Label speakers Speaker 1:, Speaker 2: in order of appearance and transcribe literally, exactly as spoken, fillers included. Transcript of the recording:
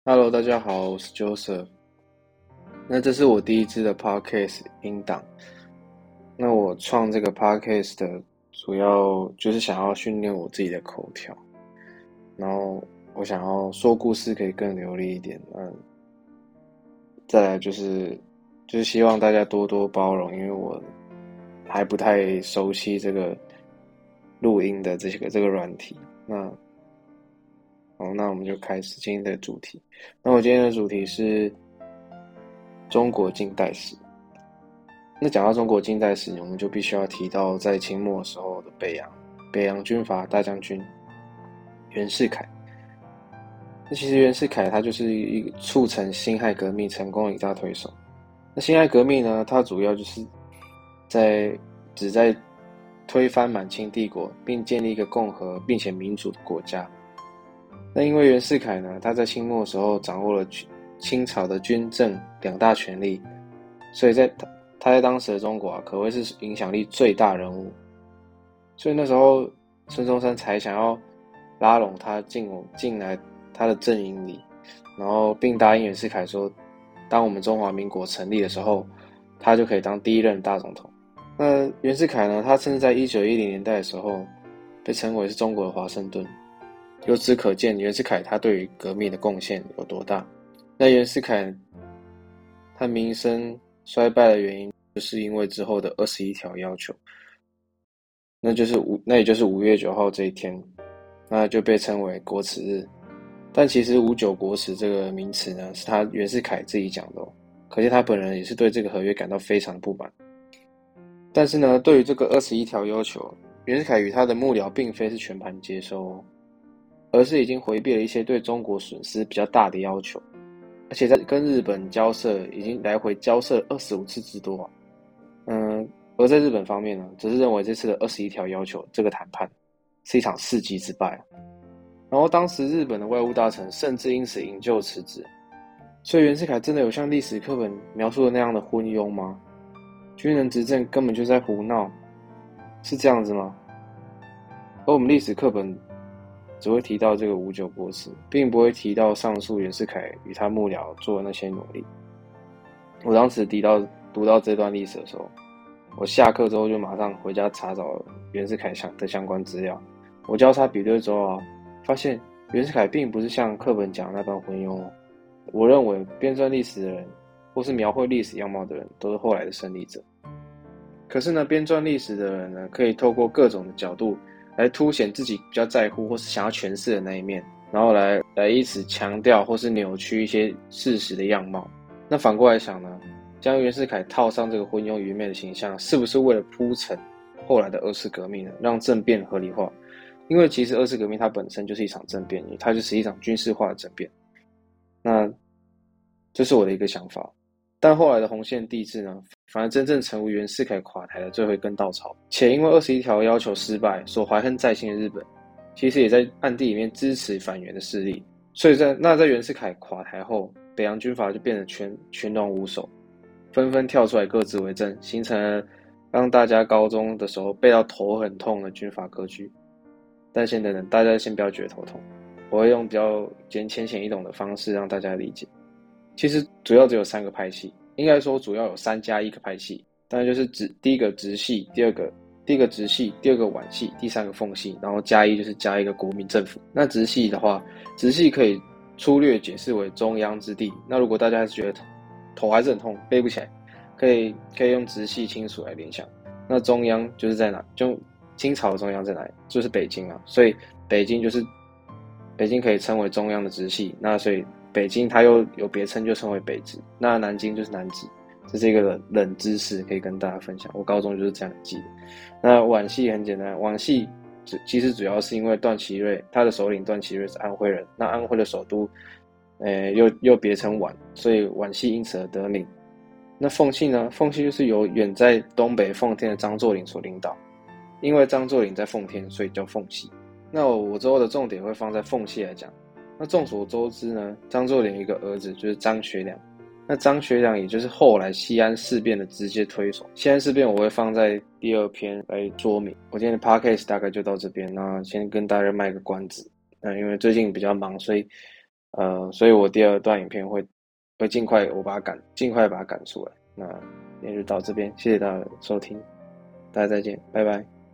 Speaker 1: Hello，大家好，我是 Joseph。那这是我第一支的 Podcast 音档。那我创这个 Podcast 的主要就是想要训练我自己的口条，然后我想要说故事可以更流利一点。嗯，再来就是就是希望大家多多包容，因为我还不太熟悉这个录音的这个这个软体。那好，那我们就开始今天的主题。那我今天的主题是中国近代史。那讲到中国近代史，我们就必须要提到在清末时候的北洋，北洋军阀大将军袁世凯。那其实袁世凯他就是一个促成辛亥革命成功的一大推手。那辛亥革命呢，它主要就是在旨在推翻满清帝国，并建立一个共和并且民主的国家。那因为袁世凯呢，他在清末的时候掌握了清朝的军政两大权力，所以在他他在当时的中国啊，可谓是影响力最大人物。所以那时候孙中山才想要拉拢他进进来他的阵营里，然后并答应袁世凯说，当我们中华民国成立的时候，他就可以当第一任大总统。那袁世凯呢，他甚至在一九一零年代的时候被称为是中国的华盛顿。由此可见，袁世凯他对于革命的贡献有多大。那袁世凯他名声衰败的原因，就是因为之后的二十一条要求，那就是五，那也就是五月九号这一天，那就被称为国耻日。但其实五九国耻这个名词呢，是他袁世凯自己讲的哦，可见他本人也是对这个合约感到非常不满。但是呢，对于这个二十一条要求，袁世凯与他的幕僚并非是全盘接收哦，而是已经回避了一些对中国损失比较大的要求，而且在跟日本交涉已经来回交涉二十五次之多啊。嗯，而在日本方面呢，只是认为这次的二十一条要求这个谈判是一场世纪之败。然后当时日本的外务大臣甚至因此引咎辞职。所以袁世凯真的有像历史课本描述的那样的昏庸吗？军人执政根本就在胡闹，是这样子吗？而我们历史课本只会提到这个五九国耻，并不会提到上述袁世凯与他幕僚做的那些努力。我当时提到读到这段历史的时候，我下课之后就马上回家查找袁世凯的相关资料。我交叉比对之后啊，发现袁世凯并不是像课本讲的那般昏庸哦。我认为编撰历史的人，或是描绘历史样貌的人，都是后来的胜利者。可是呢，编撰历史的人呢，可以透过各种的角度来凸显自己比较在乎或是想要诠释的那一面，然后来来以此强调或是扭曲一些事实的样貌。那反过来想呢，将袁世凯套上这个昏庸愚昧的形象，是不是为了铺陈后来的二次革命呢？让政变合理化？因为其实二次革命它本身就是一场政变，它就是一场军事化的政变。那这是我的一个想法。但后来的红线帝制呢，反而真正成为袁世凯垮台的最后一根稻草。且因为二十一条要求失败，所怀恨在心的日本，其实也在暗地里面支持反袁的势力。所以在那在袁世凯垮台后，北洋军阀就变得群群龙无首，纷纷跳出来各自为政，形成了让大家高中的时候背到头很痛的军阀割据。但先等等，大家先不要觉得头痛，我会用比较简浅显易懂的方式让大家理解。其实主要只有三个派系，应该说主要有三加一个派系，当然就是直第一个直系，第二个第一个直系，第二个皖系，第三个奉系，然后加一就是加一个国民政府。那直系的话，直系可以粗略解释为中央之地。那如果大家还是觉得头还是很痛，背不起来，可以可以用直系亲属来联想。那中央就是在哪？就清朝的中央在哪里？就是北京啊。所以北京就是北京可以称为中央的直系。那所以北京它又有别称，就称为北直。那南京就是南直。这是一个冷冷知识，可以跟大家分享。我高中就是这样记的。那皖系很简单，皖系其实主要是因为段祺瑞，他的首领段祺瑞是安徽人，那安徽的首都，呃，又又别称皖，所以皖系因此而得名。那奉系呢？奉系就是由远在东北奉天的张作霖所领导，因为张作霖在奉天，所以叫奉系。那我我之后的重点会放在奉系来讲。那众所周知呢，张作霖有一个儿子就是张学良。那张学良也就是后来西安事变的直接推手。西安事变我会放在第二篇来说明。我今天的 podcast 大概就到这边，那先跟大家卖个关子。那因为最近比较忙，所以呃，所以我第二段影片会会尽快我把它赶尽快把它赶出来。那今天就到这边，谢谢大家的收听，大家再见，拜拜。